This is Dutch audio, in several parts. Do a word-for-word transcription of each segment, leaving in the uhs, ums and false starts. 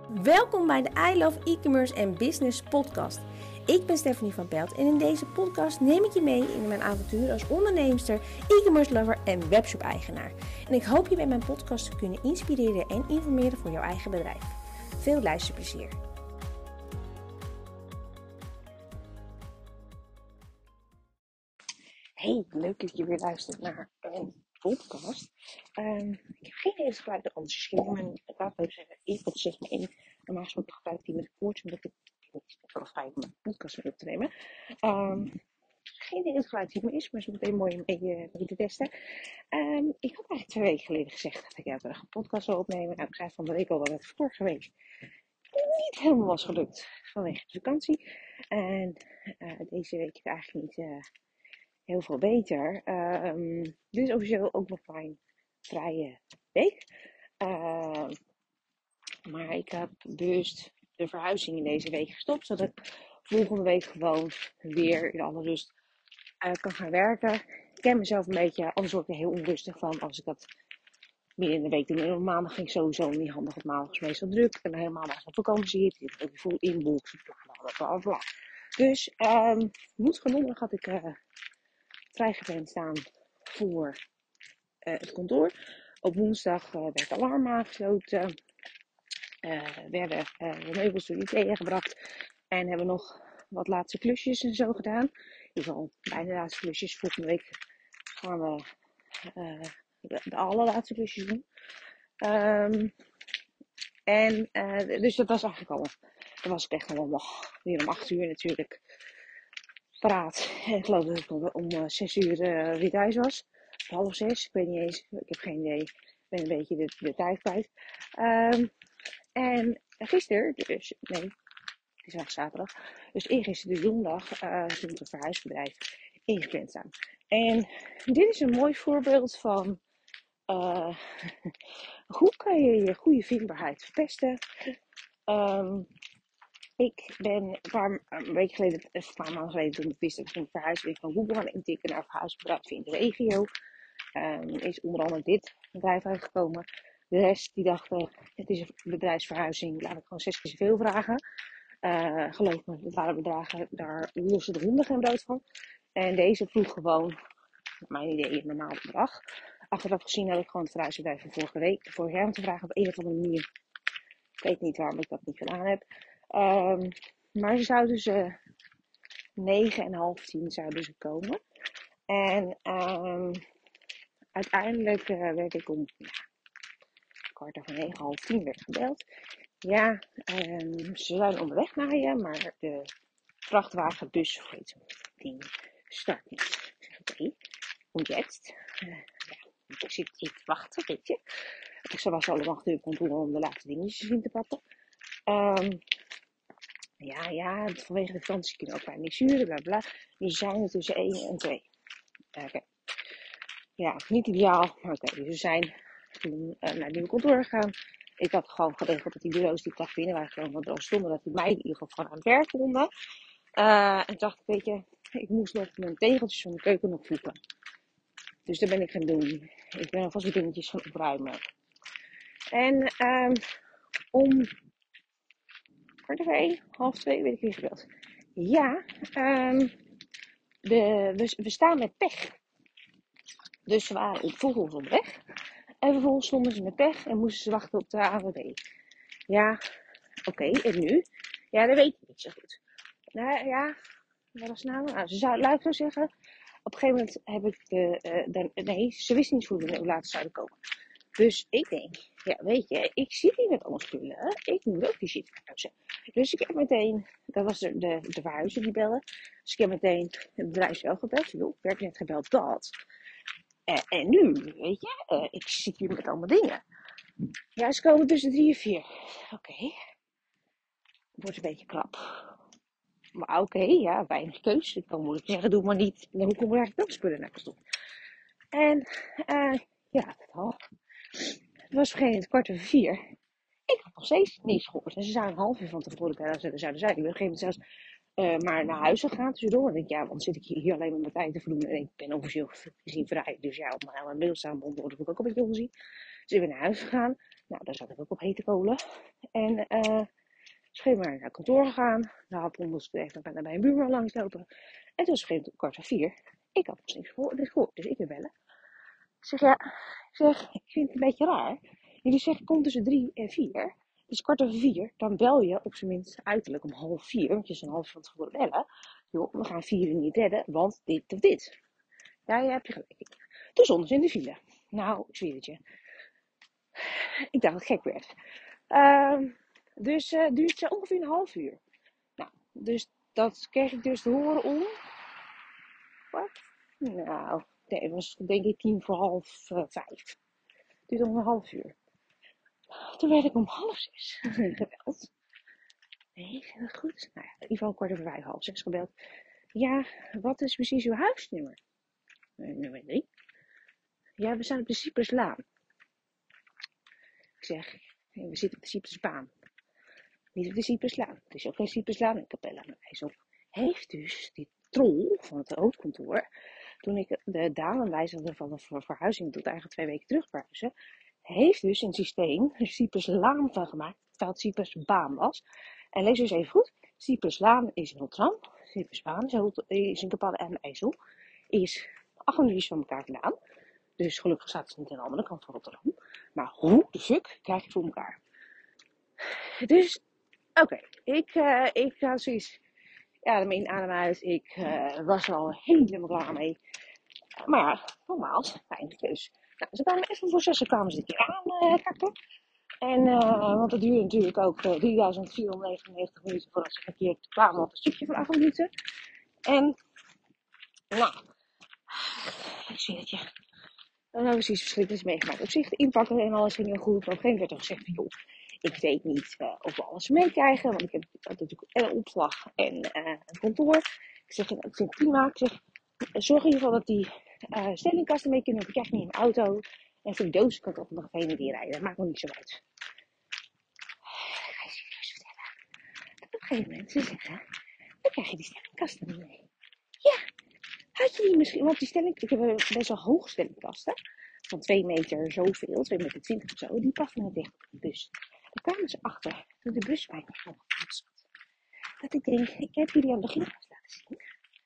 Welkom bij de I Love E-commerce en Business podcast. Ik ben Stephanie van Pelt en in deze podcast neem ik je mee in mijn avontuur als onderneemster, e-commerce lover en webshop-eigenaar. En ik hoop je bij mijn podcast te kunnen inspireren en informeren voor jouw eigen bedrijf. Veel luisterplezier. Hey, leuk dat je weer luistert naar een podcast. Um, ik heb geen idee gebruik de anders geschreven. Mijn raadloze e-pod zegt me in. Normaal gesproken gebruik ik die met koorts, omdat ik niet zo vrij om mijn podcast mee op te nemen. Um, geen idee het geluid die me is, maar het is meteen mooi om mee, mee te testen. Um, ik had eigenlijk twee weken geleden gezegd dat ik een podcast zou opnemen. Nou, ik zei van de week al dat het vorige week niet helemaal was gelukt vanwege de vakantie. En uh, deze week is eigenlijk niet... Uh, heel veel beter. Um, dit is officieel ook nog mijn vrije week. Uh, maar ik heb bewust de verhuizing in deze week gestopt. Zodat ik volgende week gewoon weer in alle rust uh, kan gaan werken. Ik ken mezelf een beetje. Anders word ik er heel onrustig van als ik dat midden in de week doe. En op maandag ging ik sowieso niet handig. Want maandag is meestal druk. En helemaal als ik op vakantie zit. Ik heb ook vol inbox. Bla bla bla bla. Dus um, moet genomen had ik... Uh, vrijgepland staan voor uh, het kantoor. Op woensdag uh, werd de alarm aangesloten. Uh, werden uh, de meubels door IKEA gebracht. En hebben nog wat laatste klusjes en zo gedaan. In ieder geval bijna de laatste klusjes. Volgende week gaan we uh, de, de allerlaatste klusjes doen. Um, en uh, dus dat was eigenlijk al. Dan was ik echt al oh, weer om acht uur natuurlijk paraat. En ik geloof dat ik om, om uh, zes uur uh, weer thuis was. Half zes, ik weet niet eens. Ik heb geen idee. Ik ben een beetje de, de tijd kwijt. Um, en gisteren, dus nee, het is vandaag zaterdag. Dus eergisteren, de zondag, uh, toen ik een verhuisbedrijf ingepland staan. En dit is een mooi voorbeeld van uh, hoe kan je je goede vindbaarheid verpesten. Um, Ik ben een paar een week geleden, een paar maanden geleden, toen ik wist dat ik ging verhuizen, ben ik van Google gaan intikken naar verhuisbedrijven in de regio. Um, is onder andere dit bedrijf uitgekomen. De rest die dachten, het is een bedrijfsverhuizing, laat ik gewoon zes keer zoveel vragen. Uh, geloof me, dat waren bedragen, daar lossen de honden geen brood van. En deze vroeg gewoon, naar mijn idee, een normaal bedrag. Achteraf gezien heb ik gewoon het verhuisbedrijf van vorige week, vorig jaar te vragen op een of andere manier. Ik weet niet waarom ik dat niet gedaan heb. Um, maar ze zouden ze negen en half tien zouden ze komen. En um, uiteindelijk uh, werd ik om ja, kwart over negen, half tien werd gebeld. Ja, um, ze zijn onderweg naar je, maar de vrachtwagenbus, of weet je wat, ding start niet. Oké, okay. Und jetzt? Uh, ja, ik zit hier te wachten, weet je. Ik was al om acht uur kantoor om de laatste dingetjes in te pakken. Um, Ja, ja, vanwege de vakantie kunnen ook bij niks huren, bla bla. Dus zijn er tussen één en twee. Oké. Okay. Ja, niet ideaal, maar oké. Okay. Dus we zijn toen uh, naar het nieuwe kantoor gegaan. Ik had gewoon geregeld dat die bureaus die ik dacht binnen waren gewoon wat stonden. Dat die mij in ieder geval van aan het werk vonden. Uh, en dacht ik, weet je, ik moest nog mijn tegeltjes van de keuken nog voegen. Dus dat ben ik gaan doen. Ik ben alvast wat dingetjes gaan opruimen. En um, om... kwart over één, half twee, weet ik niet gebeld. Ja, um, de, we, we staan met pech. Dus ze waren op volgens op weg. En vervolgens stonden ze met pech en moesten ze wachten op de A W B. Ja, oké, okay, en nu? Ja, dat weet ik niet zo goed. Nou ja, wat was nou? Nou, ze zou luid zeggen. Op een gegeven moment heb ik de, uh, de nee, ze wist niet hoe we later zouden komen. Dus ik denk, ja weet je, ik zit hier met allemaal spullen. Ik moet ook die shit verhuizen. Dus ik heb meteen, dat was de, de, de verhuizer die bellen. Dus ik heb meteen het bedrijf zelf gebeld. Joh, ik werd net gebeld dat. En, en nu, weet je, uh, ik zit hier met allemaal dingen. Ja, ze komen tussen drie en vier. Oké. Okay. Wordt een beetje krap. Maar oké, okay, ja, weinig keus. Ik kan moeilijk zeggen, doe maar niet. Dan hoe kom ik eigenlijk wel spullen naar de En, uh, ja, dat al. Het was op een gegeven moment kwart over vier. Ik had nog steeds niets gehoord. En ze zouden een half uur van tevoren bij zouden zijn. Ik ben op een gegeven moment zelfs uh, maar naar huis gegaan tussendoor. En ik denk, ja, want zit ik hier alleen maar mijn tijd te verdoen. En ik ben officieel gezien vrij. Dus ja, op mijn, mijn mail staan word ik ook een beetje ongezien. Dus ik ben naar huis gegaan. Nou, daar zat ik ook op hete kolen. En uh, dus op een gegeven moment naar kantoor gegaan. Nou, ik moest even bij een buurman langslopen. En toen was het op een gegeven moment kwart voor vier. Ik had nog niks gehoord, dus, gehoord, dus ik weer bellen. Ik zeg, ja, ik zeg, ik vind het een beetje raar. Jullie zeggen, kom tussen drie en vier. Dus kwart over vier, dan bel je op zijn minst uiterlijk om half vier. Want je is een half van tevoren bellen. Joh, we gaan vier uur niet redden, want dit of dit. Ja, je hebt je gelijk. Toen stonden ze in de file. Nou, ik zweer het je. Ik dacht dat het gek werd. Uh, dus het uh, duurt uh, ongeveer een half uur. Nou, dus dat kreeg ik dus te horen om... Wat? Nou, nee, het was denk ik tien voor half uh, vijf. Het duurde om een half uur. Toen werd ik om half zes gebeld. Nee, is dat goed? Nou ja, in ieder geval kwart over vijf, half zes gebeld. Ja, wat is precies uw huisnummer? Uh, nummer drie. Ja, we staan op de Cypruslaan. Ik zeg, we zitten op de Cyprusbaan. Niet op de Cypruslaan. Het is ook geen Cypruslaan in Capella. Maar wijs op. Heeft dus die troll van het hoofdkantoor, toen ik de dame wijzigde van de verhuizing tot eigenlijk twee weken terug verhuizen, heeft dus in het systeem een Cypruslaan van gemaakt, terwijl het Cyprusbaan was. En lees dus even goed. Cypruslaan is in Rotterdam. Cyprusbaan is in Capella en IJssel. Is acht minuutjes van elkaar vandaan. Dus gelukkig staat het niet aan de andere kant van Rotterdam. Maar hoe de fuck krijg je het voor elkaar? Dus, oké. Okay. Ik, uh, ik had zoiets... Ja, de in adem uit. Ik uh, was er al helemaal klaar mee. Maar ja, nogmaals, fijn dus. Nou, ze kwamen echt van voor zes, kwamen ze een keer aankakken. Uh, en, uh, want het duurde natuurlijk ook uh, drieduizend vierhonderdnegenennegentig minuten voordat ze een keer kwamen op een stukje van acht minuten. En, nou, ik zie het je. Dan hebben we iets verschrikkelijks meegemaakt. Op zich de inpakken en alles ging heel goed. Maar op een gegeven moment werd er gezegd van, joh, ik weet niet uh, of we alles meekrijgen. Want ik heb natuurlijk een opslag en uh, een kantoor. Ik zeg, ik vind het prima. Ik zeg, zorg in ieder geval dat die uh, stellingkasten mee kunnen. Want ik krijg niet in mijn auto. En voor die doos kan ik ook nog heen en weer rijden. Dat maakt me niet zo uit. Ik ga je serieus vertellen. Dat op een gegeven moment ze zeggen, dan krijg je die stellingkasten niet mee. Ja, had je die misschien, want die stelling, ik heb best wel hoge stellingkasten. Van twee meter zoveel, twee meter twintig of zo. Die passen net dicht op de bus. Daar kwamen ze achter, toen de bus bij mij nog zat. Dat ik denk, ik heb jullie aan het begin laten zien.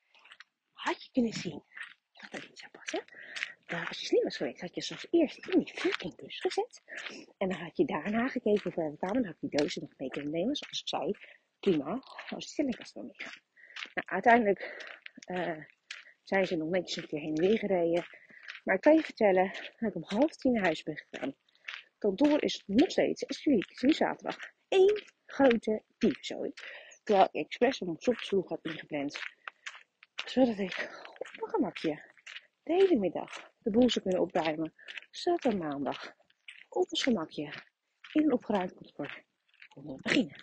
Had je kunnen zien dat dat niet zou passen. Nou, als je slim was geweest, had je ze als eerst in die fucking bus gezet. En dan had je daarna gekeken hoe ver we kwamen. Dan had ik die dozen nog mee kunnen nemen. Zoals ik zei, prima, als die stellingkast wel meegaan. Nou, uiteindelijk uh, zijn ze nog netjes een keer heen en weer gereden. Maar ik kan je vertellen dat ik om half tien naar huis ben gegaan. Het kantoor is nog steeds, het is nu zaterdag, één grote tyfuszooi. Terwijl ik expres om op ochtends vroeg had ingepland. Zodat ik op mijn gemakje de hele middag de boel zou kunnen opruimen. Zodat we maandag op ons gemakje in een opgeruimd kantoor konden beginnen.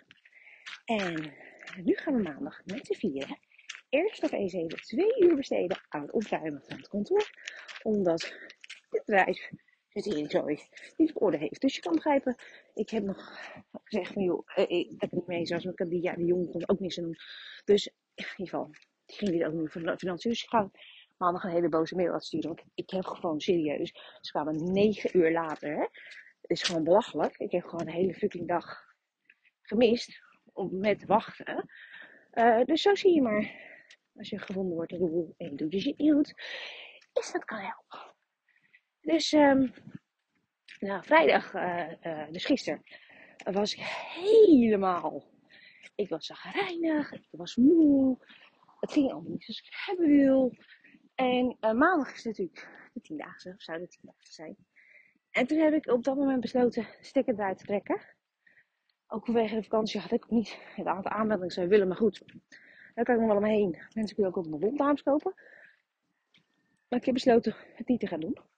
En nu gaan we maandag met z'n vieren eerst nog eens even twee uur besteden aan het opruimen van het kantoor. Omdat dit bedrijf het hier zo niet op orde heeft. Dus je kan begrijpen, ik heb nog gezegd van joh, ik heb het niet mee. Zoals ik die, ja, die jongen kon ook niks aan doen. Dus in ieder geval, die ging dit ook niet voor financiën. Dus ik ga maandag een hele boze mail uitsturen. Want ik heb gewoon serieus, ze kwamen negen uur later. Hè. Het is gewoon belachelijk. Ik heb gewoon een hele fucking dag gemist om met wachten. Uh, dus zo zie je maar. Als je gevonden wordt in Google en je doet dus je niet goed, is dat kan helpen. Dus um, nou, vrijdag, uh, uh, dus gisteren, was ik helemaal, ik was zagrijnig, ik was moe, het ging allemaal niet zoals ik het hebben wil. En uh, maandag is natuurlijk de tiendaagse, of zou de tiendaagse zijn. En toen heb ik op dat moment besloten de stekker eruit te trekken. Ook vanwege de vakantie had ik ook niet het aantal aanmeldingen zou willen, maar goed. Daar kan ik nog wel omheen. Mensen kunnen ook op mijn bonddames kopen. Maar ik heb besloten het niet te gaan doen.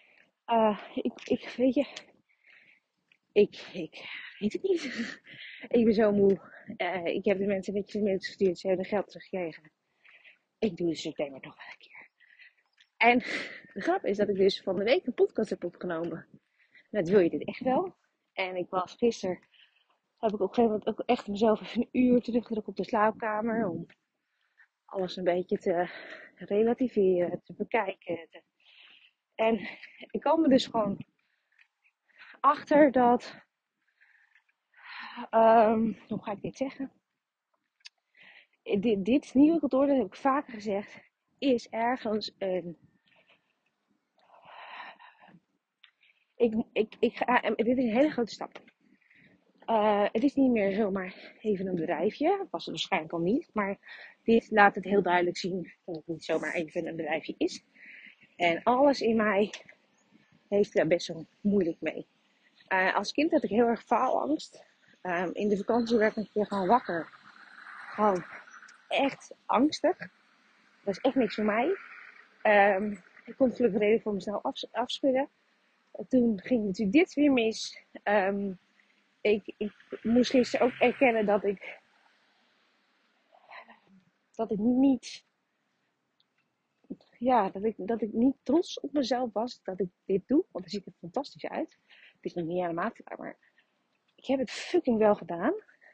Uh, ik, ik, weet je, ik, ik weet het niet. Ik ben zo moe. Uh, ik heb de mensen netjes mailtjes gestuurd. Ze hebben hun geld teruggekregen. Ik doe het september toch wel een keer. En de grap is dat ik dus van de week een podcast heb opgenomen. Met Wil je dit echt wel? En ik was gisteren, heb ik op een gegeven moment ook echt mezelf even een uur teruggedrukt op de slaapkamer. Om alles een beetje te relativeren, te bekijken. Te... En ik kwam me dus gewoon achter dat Um, hoe ga ik dit zeggen? Dit, dit nieuwe kantoor, dat heb ik vaker gezegd, is ergens een... Ik, ik, ik ga, dit is een hele grote stap. Uh, het is niet meer zomaar even een bedrijfje. Was het waarschijnlijk al niet. Maar dit laat het heel duidelijk zien dat het niet zomaar even een bedrijfje is. En alles in mij heeft daar best wel moeilijk mee. Uh, als kind had ik heel erg faalangst. Um, in de vakantie werd ik een keer gewoon wakker. Gewoon echt angstig. Dat is echt niks voor mij. Um, ik kon gelukkig redelijk voor mezelf af, afschudden. Toen ging natuurlijk dit weer mis. Um, ik, ik moest gisteren ook erkennen dat ik, dat ik niet, ja, dat ik, dat ik niet trots op mezelf was dat ik dit doe. Want er ziet er fantastisch uit. Het is nog niet helemaal klaar, maar ik heb het fucking wel gedaan.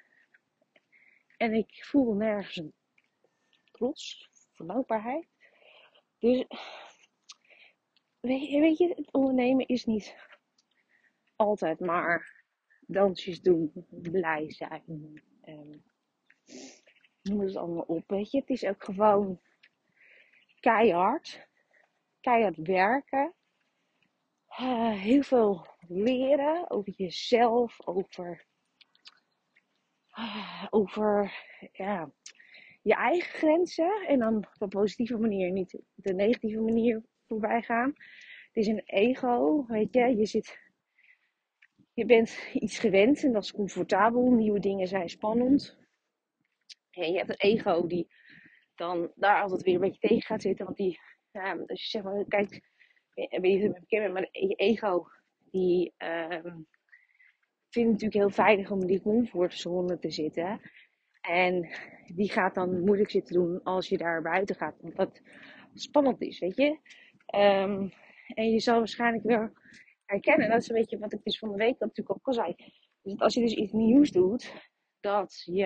En ik voel nergens een trots, verdankbaarheid. Dus, weet je, weet je, het ondernemen is niet altijd maar dansjes doen, blij zijn. Um, noem het allemaal op, weet je. Het is ook gewoon keihard. Keihard werken. Uh, heel veel leren over jezelf, over, uh, over ja, je eigen grenzen. En dan op een positieve manier, niet de negatieve manier voorbij gaan. Het is een ego, weet je. Je, zit, je bent iets gewend en dat is comfortabel. Nieuwe dingen zijn spannend. En je hebt een ego die dan daar altijd weer een beetje tegen gaat zitten. Want die, ja, als je zeg maar, kijkt, ik weet niet of je het bekend bent, maar je ego, die um, vindt het natuurlijk heel veilig om in die comfortzone te zitten. En die gaat dan moeilijk zitten doen als je daar buiten gaat. Want dat spannend is, weet je. Um, en je zal waarschijnlijk wel herkennen, dat is een beetje wat ik dus van de week natuurlijk ook al zei. Dus als je dus iets nieuws doet, dat je...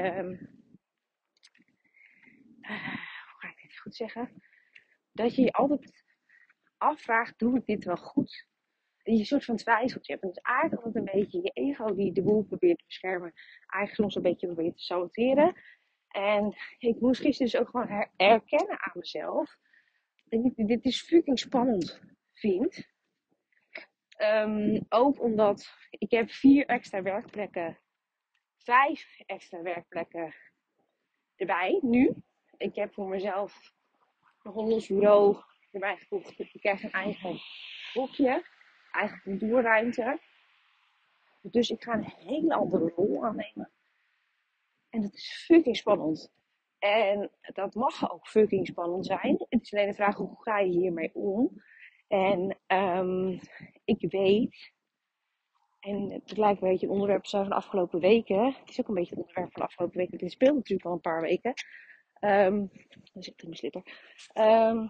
Uh, hoe ga ik dit goed zeggen? Dat je je altijd afvraagt, doe ik dit wel goed? En je een soort van twijfelt. Je hebt dus eigenlijk altijd een beetje je ego die de boel probeert te beschermen. Eigenlijk soms een beetje probeert te saboteren. En ik moest gisteren dus ook gewoon her- herkennen aan mezelf. Dat ik dit is fucking spannend vind. Um, ook omdat ik heb vier extra werkplekken. Vijf extra werkplekken erbij nu. Ik heb voor mezelf nog een los bureau erbij gevoegd. Ik krijg een eigen hokje. Eigen kantoorruimte. Dus ik ga een hele andere rol aannemen. En dat is fucking spannend. En dat mag ook fucking spannend zijn. Het is alleen de vraag, hoe ga je hiermee om? En um, ik weet, en het lijkt een beetje een onderwerp van de afgelopen weken. Het is ook een beetje het onderwerp van de afgelopen weken. Dit speelt natuurlijk al een paar weken. Um, dan zit ik in mijn slipper. Um,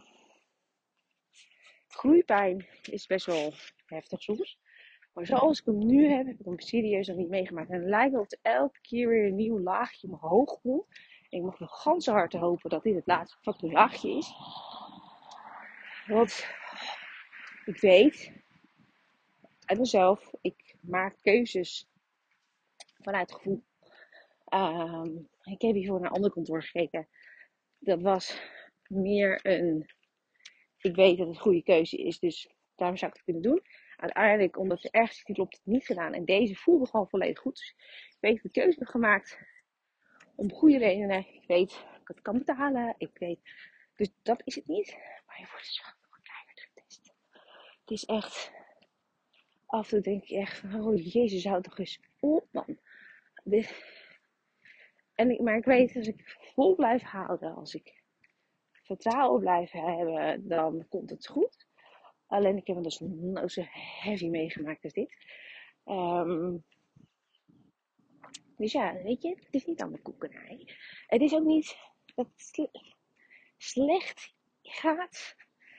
groeipijn is best wel heftig soms. Maar zoals ik hem nu heb, heb ik hem serieus nog niet meegemaakt. En het lijkt wel of er elke keer weer een nieuw laagje omhoog komt. En ik mag nog ganse harte hopen dat dit het laatste fucking laagje is. Want ik weet uit mezelf, ik maak keuzes vanuit gevoel. Um, ik heb hiervoor naar een ander kantoor gekeken. Dat was meer een, ik weet dat het een goede keuze is, dus daarom zou ik het kunnen doen. Uiteindelijk, omdat ze ergens die klopt, het niet gedaan. En deze voelde gewoon volledig goed. Dus ik weet, de keuze heb gemaakt om goede redenen. Ik weet dat ik het kan betalen. Ik weet, dus dat is het niet. Maar je wordt dus wel nog keihard getest. Het is echt, af en toe denk ik echt van, oh jezus, houd toch eens op man. Dit, en ik, maar ik weet, als ik vol blijf houden, als ik vertrouwen blijf hebben, dan komt het goed. Alleen ik heb het dus nooit zo heavy meegemaakt als dit. Um, dus ja, weet je, het is niet allemaal koekenij. Het is ook niet dat het sle- slecht gaat.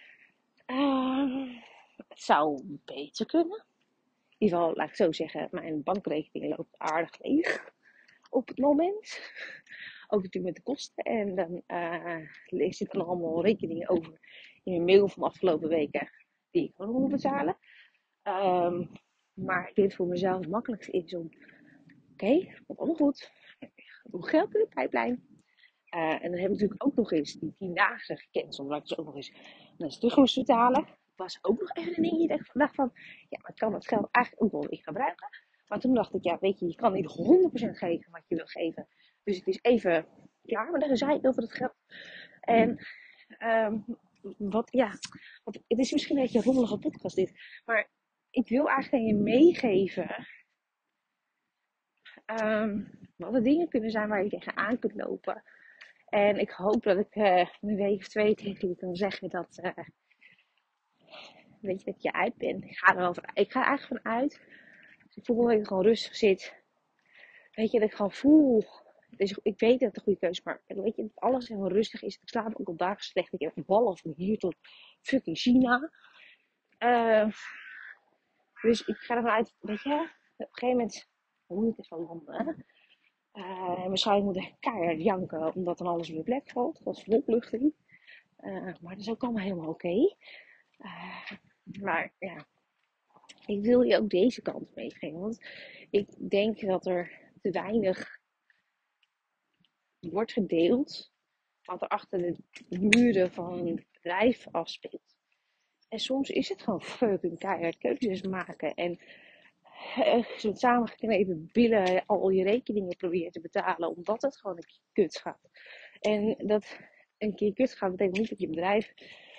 Um, het zou beter kunnen. In ieder geval, laat ik zo zeggen, mijn bankrekening loopt aardig leeg op het moment. Ook natuurlijk met de kosten. En dan uh, zitten er allemaal rekeningen over in een mail van de afgelopen weken die ik nog moet betalen. Um, maar ik denk voor mezelf het makkelijkste is om okay, komt allemaal goed. Nog geld in de pijplijn. Uh, en dan heb ik natuurlijk ook nog eens die tiendaagse gecanceld. Omdat ik dus ook nog eens mensen terug moest betalen. Was ook nog even een dingje. Dat ik dacht van, ja, maar ik kan dat geld eigenlijk ook wel weer gebruiken. Maar toen dacht ik, ja, weet je, je kan niet honderd procent geven wat je wil geven. Dus het is even klaar met de gezeik over het geld. En um, wat, ja, want het is misschien een beetje een rommelige podcast dit. Maar ik wil eigenlijk aan je meegeven um, wat de dingen kunnen zijn waar je tegenaan kunt lopen. En ik hoop dat ik uh, een week of twee tegen je kan zeggen dat, uh, weet je, dat je uit bent. Ik ga er wel van, ik ga er eigenlijk van uit. Als ik volgende week gewoon rustig zit. Weet je, dat ik gewoon voel. Dus ik weet dat het een goede keuze is, maar weet je, dat alles heel rustig is. Ik slaap ook al dagen slecht. Ik heb ballen van hier tot fucking China. Uh, dus ik ga ervan uit, weet je, op een gegeven moment moet ik het wel landen. Uh, en waarschijnlijk moet ik keihard janken, omdat dan alles weer plek valt. Dat is opluchting. Uh, maar dat is ook allemaal helemaal oké. Okay. Uh, maar ja, ik wil je ook deze kant meegeven. Want ik denk dat er te weinig wordt gedeeld wat er achter de muren van een bedrijf afspeelt. En soms is het gewoon fucking keihard keuzes maken. En uh, met samengeknepen billen al je rekeningen proberen te betalen. Omdat het gewoon een keer kut gaat. En dat een keer kut gaat betekent niet dat je bedrijf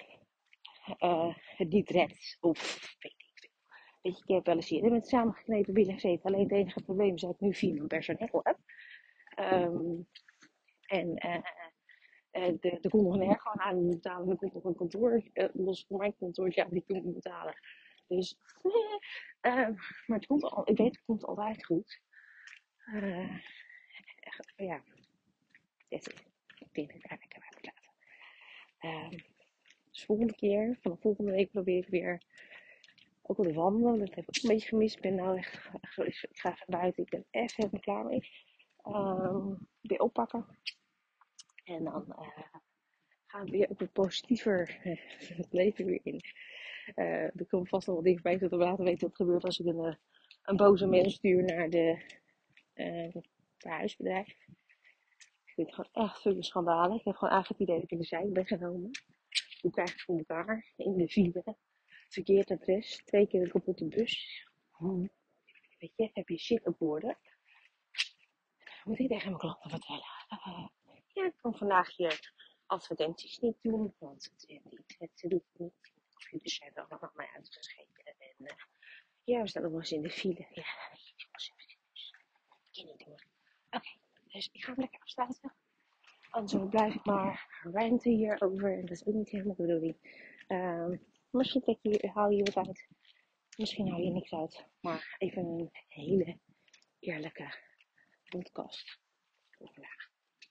uh, het niet redt. Of weet ik veel. Weet je, ik heb wel eens eerder met samengeknepen billen gezeten. Alleen het enige probleem is dat ik nu vier man personeel heb. Um, en uh, uh, de, de kon nog nergens gewoon aan moet betalen. Er komt nog een kantoor, uh, los van mijn kantoortje aan die ik moet betalen. Dus, uh, maar het komt al, ik weet het komt altijd goed. Uh, ja, dat is het. Ik denk dat ik eigenlijk heb uitgelaten. Um, dus volgende keer, vanaf volgende week probeer ik weer ook wel te wandelen. Dat heb ik ook een beetje gemist. Ik ben nou echt, echt ik ga even buiten. Ik ben echt helemaal klaar mee. Um, weer oppakken. En dan uh, gaan we weer ook wat positiever uh, het leven weer in. Uh, er komen vast nog wat dingen bij dat we later weten wat er gebeurt als ik een, uh, een boze mail stuur naar de uh, huisbedrijf. Ik vind het gewoon echt fucking schandalig. Ik heb gewoon eigenlijk het idee dat ik in de zijk ben genomen. Hoe krijg ik het voor elkaar? In de file. Verkeerd adres. Twee keer een kapotte bus. Hm. Weet je, heb je shit op woorden. Moet ik tegen mijn klanten vertellen. Uh, ja, ik kan vandaag hier advertenties niet doen. Want het, het, het, het doet het niet. De computers zijn er allemaal mij uitgeschreven. En uh, ja, we staan nog wel eens in de file. Ja, ik kan niet doen. Oké, okay, dus ik ga hem lekker afsluiten. Anders blijf ik maar ranten hierover. En dat is ook niet helemaal de bedoeling. Um, misschien trek je, haal je wat uit. Misschien haal je niks uit. Maar even een hele eerlijke podcast voor vandaag.